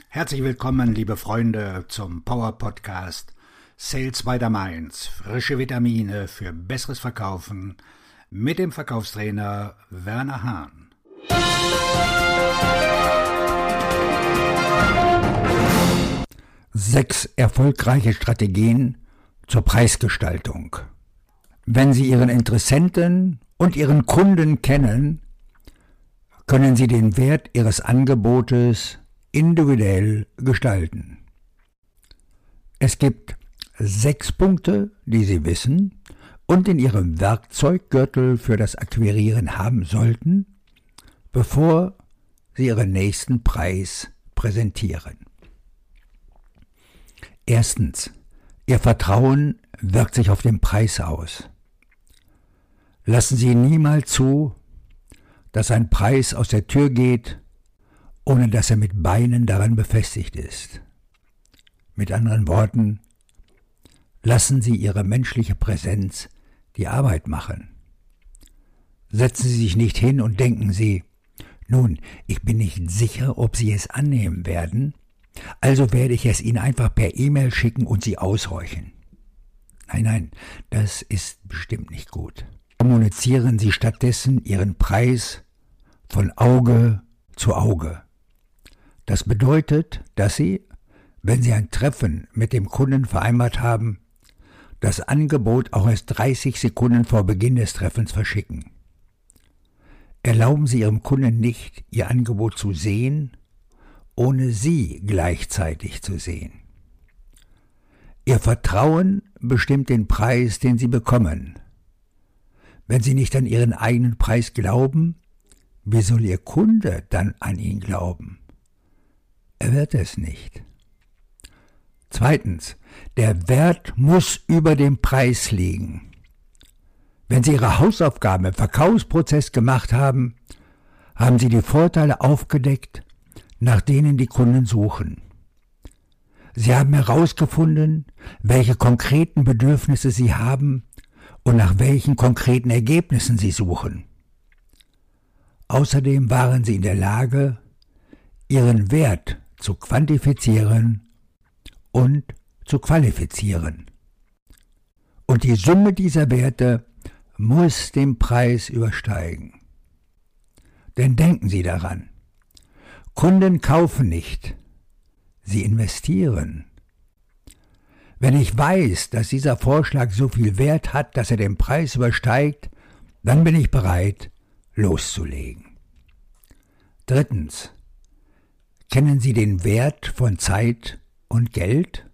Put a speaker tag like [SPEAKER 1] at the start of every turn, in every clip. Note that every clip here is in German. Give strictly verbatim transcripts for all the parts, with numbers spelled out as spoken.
[SPEAKER 1] Herzlich willkommen, liebe Freunde, zum Power Podcast Sales by the Mainz. Frische Vitamine für besseres Verkaufen mit dem Verkaufstrainer Werner Hahn. Sechs erfolgreiche Strategien zur Preisgestaltung. Wenn Sie Ihren Interessenten und Ihren Kunden kennen, können Sie den Wert Ihres Angebotes individuell gestalten. Es gibt sechs Punkte, die Sie wissen und in Ihrem Werkzeuggürtel für das Akquirieren haben sollten, bevor Sie Ihren nächsten Preis präsentieren. Erstens, Ihr Vertrauen wirkt sich auf den Preis aus. Lassen Sie niemals zu, dass ein Preis aus der Tür geht, ohne dass er mit Beinen daran befestigt ist. Mit anderen Worten, lassen Sie Ihre menschliche Präsenz die Arbeit machen. Setzen Sie sich nicht hin und denken Sie, nun, ich bin nicht sicher, ob Sie es annehmen werden, also werde ich es Ihnen einfach per E-Mail schicken und Sie aushorchen. Nein, nein, das ist bestimmt nicht gut. Kommunizieren Sie stattdessen Ihren Preis von Auge zu Auge. Das bedeutet, dass Sie, wenn Sie ein Treffen mit dem Kunden vereinbart haben, das Angebot auch erst dreißig Sekunden vor Beginn des Treffens verschicken. Erlauben Sie Ihrem Kunden nicht, Ihr Angebot zu sehen, ohne Sie gleichzeitig zu sehen. Ihr Vertrauen bestimmt den Preis, den Sie bekommen. Wenn Sie nicht an Ihren eigenen Preis glauben, wie soll Ihr Kunde dann an ihn glauben? Er wird es nicht. Zweitens, der Wert muss über dem Preis liegen. Wenn Sie Ihre Hausaufgaben im Verkaufsprozess gemacht haben, haben Sie die Vorteile aufgedeckt, nach denen die Kunden suchen. Sie haben herausgefunden, welche konkreten Bedürfnisse Sie haben und nach welchen konkreten Ergebnissen Sie suchen. Außerdem waren Sie in der Lage, Ihren Wert zu quantifizieren und zu qualifizieren. Und die Summe dieser Werte muss den Preis übersteigen. Denn denken Sie daran, Kunden kaufen nicht, sie investieren. Wenn ich weiß, dass dieser Vorschlag so viel Wert hat, dass er den Preis übersteigt, dann bin ich bereit, loszulegen. Drittens, kennen Sie den Wert von Zeit und Geld?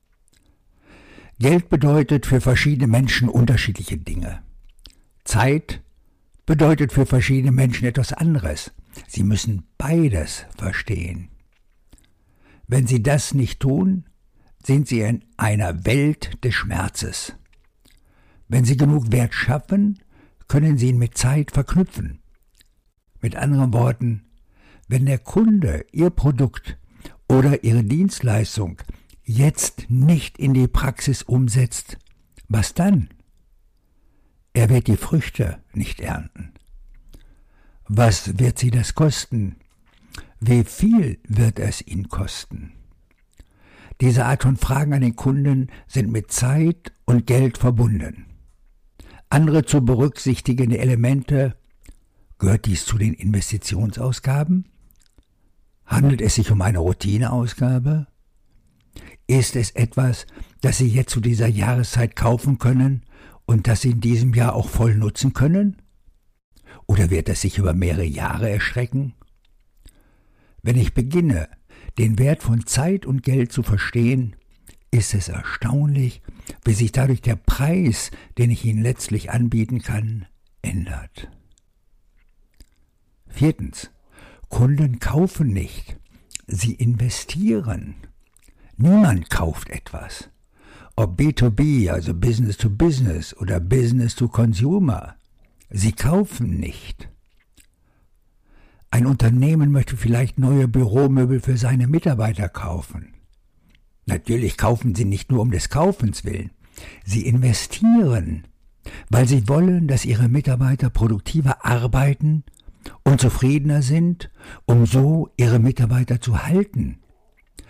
[SPEAKER 1] Geld bedeutet für verschiedene Menschen unterschiedliche Dinge. Zeit bedeutet für verschiedene Menschen etwas anderes. Sie müssen beides verstehen. Wenn Sie das nicht tun, sind Sie in einer Welt des Schmerzes. Wenn Sie genug Wert schaffen, können Sie ihn mit Zeit verknüpfen. Mit anderen Worten, wenn der Kunde Ihr Produkt oder Ihre Dienstleistung jetzt nicht in die Praxis umsetzt, was dann? Er wird die Früchte nicht ernten. Was wird Sie das kosten? Wie viel wird es ihn kosten? Diese Art von Fragen an den Kunden sind mit Zeit und Geld verbunden. Andere zu berücksichtigende Elemente: Gehört dies zu den Investitionsausgaben? Handelt es sich um eine Routineausgabe? Ist es etwas, das Sie jetzt zu dieser Jahreszeit kaufen können und das Sie in diesem Jahr auch voll nutzen können? Oder wird es sich über mehrere Jahre erstrecken? Wenn ich beginne, den Wert von Zeit und Geld zu verstehen, ist es erstaunlich, wie sich dadurch der Preis, den ich Ihnen letztlich anbieten kann, ändert. Viertens. Kunden kaufen nicht, sie investieren. Niemand kauft etwas. Ob B to B, also Business to Business oder Business to Consumer, sie kaufen nicht. Ein Unternehmen möchte vielleicht neue Büromöbel für seine Mitarbeiter kaufen. Natürlich kaufen sie nicht nur um des Kaufens willen. Sie investieren, weil sie wollen, dass ihre Mitarbeiter produktiver arbeiten und zufriedener sind, um so ihre Mitarbeiter zu halten.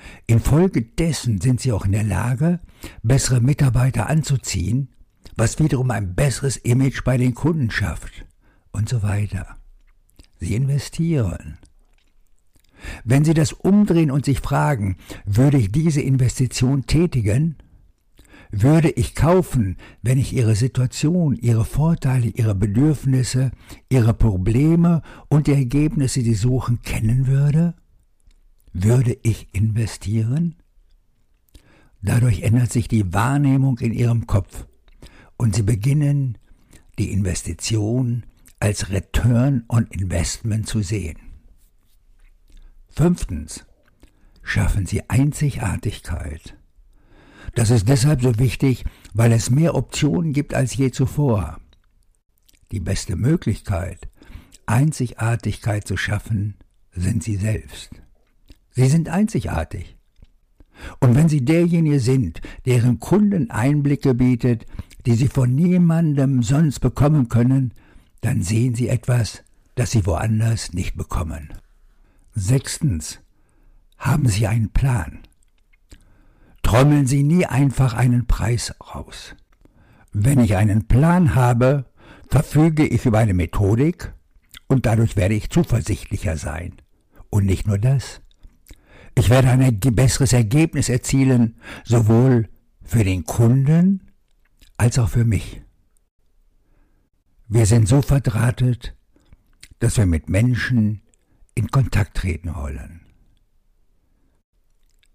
[SPEAKER 1] Infolgedessen sind Sie auch in der Lage, bessere Mitarbeiter anzuziehen, was wiederum ein besseres Image bei den Kunden schafft und so weiter. Sie investieren. Wenn Sie das umdrehen und sich fragen, würde ich diese Investition tätigen? Würde ich kaufen, wenn ich Ihre Situation, Ihre Vorteile, Ihre Bedürfnisse, Ihre Probleme und die Ergebnisse, die Sie suchen, kennen würde? Würde ich investieren? Dadurch ändert sich die Wahrnehmung in Ihrem Kopf und Sie beginnen, die Investition als Return on Investment zu sehen. Fünftens. Schaffen Sie Einzigartigkeit. Das ist deshalb so wichtig, weil es mehr Optionen gibt als je zuvor. Die beste Möglichkeit, Einzigartigkeit zu schaffen, sind Sie selbst. Sie sind einzigartig. Und wenn Sie derjenige sind, der Ihren Kunden Einblicke bietet, die Sie von niemandem sonst bekommen können, dann sehen Sie etwas, das Sie woanders nicht bekommen. Sechstens. Haben Sie einen Plan. Trommeln Sie nie einfach einen Preis raus. Wenn ich einen Plan habe, verfüge ich über eine Methodik und dadurch werde ich zuversichtlicher sein. Und nicht nur das. Ich werde ein besseres Ergebnis erzielen, sowohl für den Kunden als auch für mich. Wir sind so verdrahtet, dass wir mit Menschen in Kontakt treten wollen.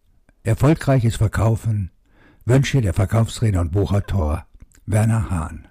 [SPEAKER 1] Erfolgreiches Verkaufen wünscht dir der Verkaufstrainer und Buchautor Werner Hahn.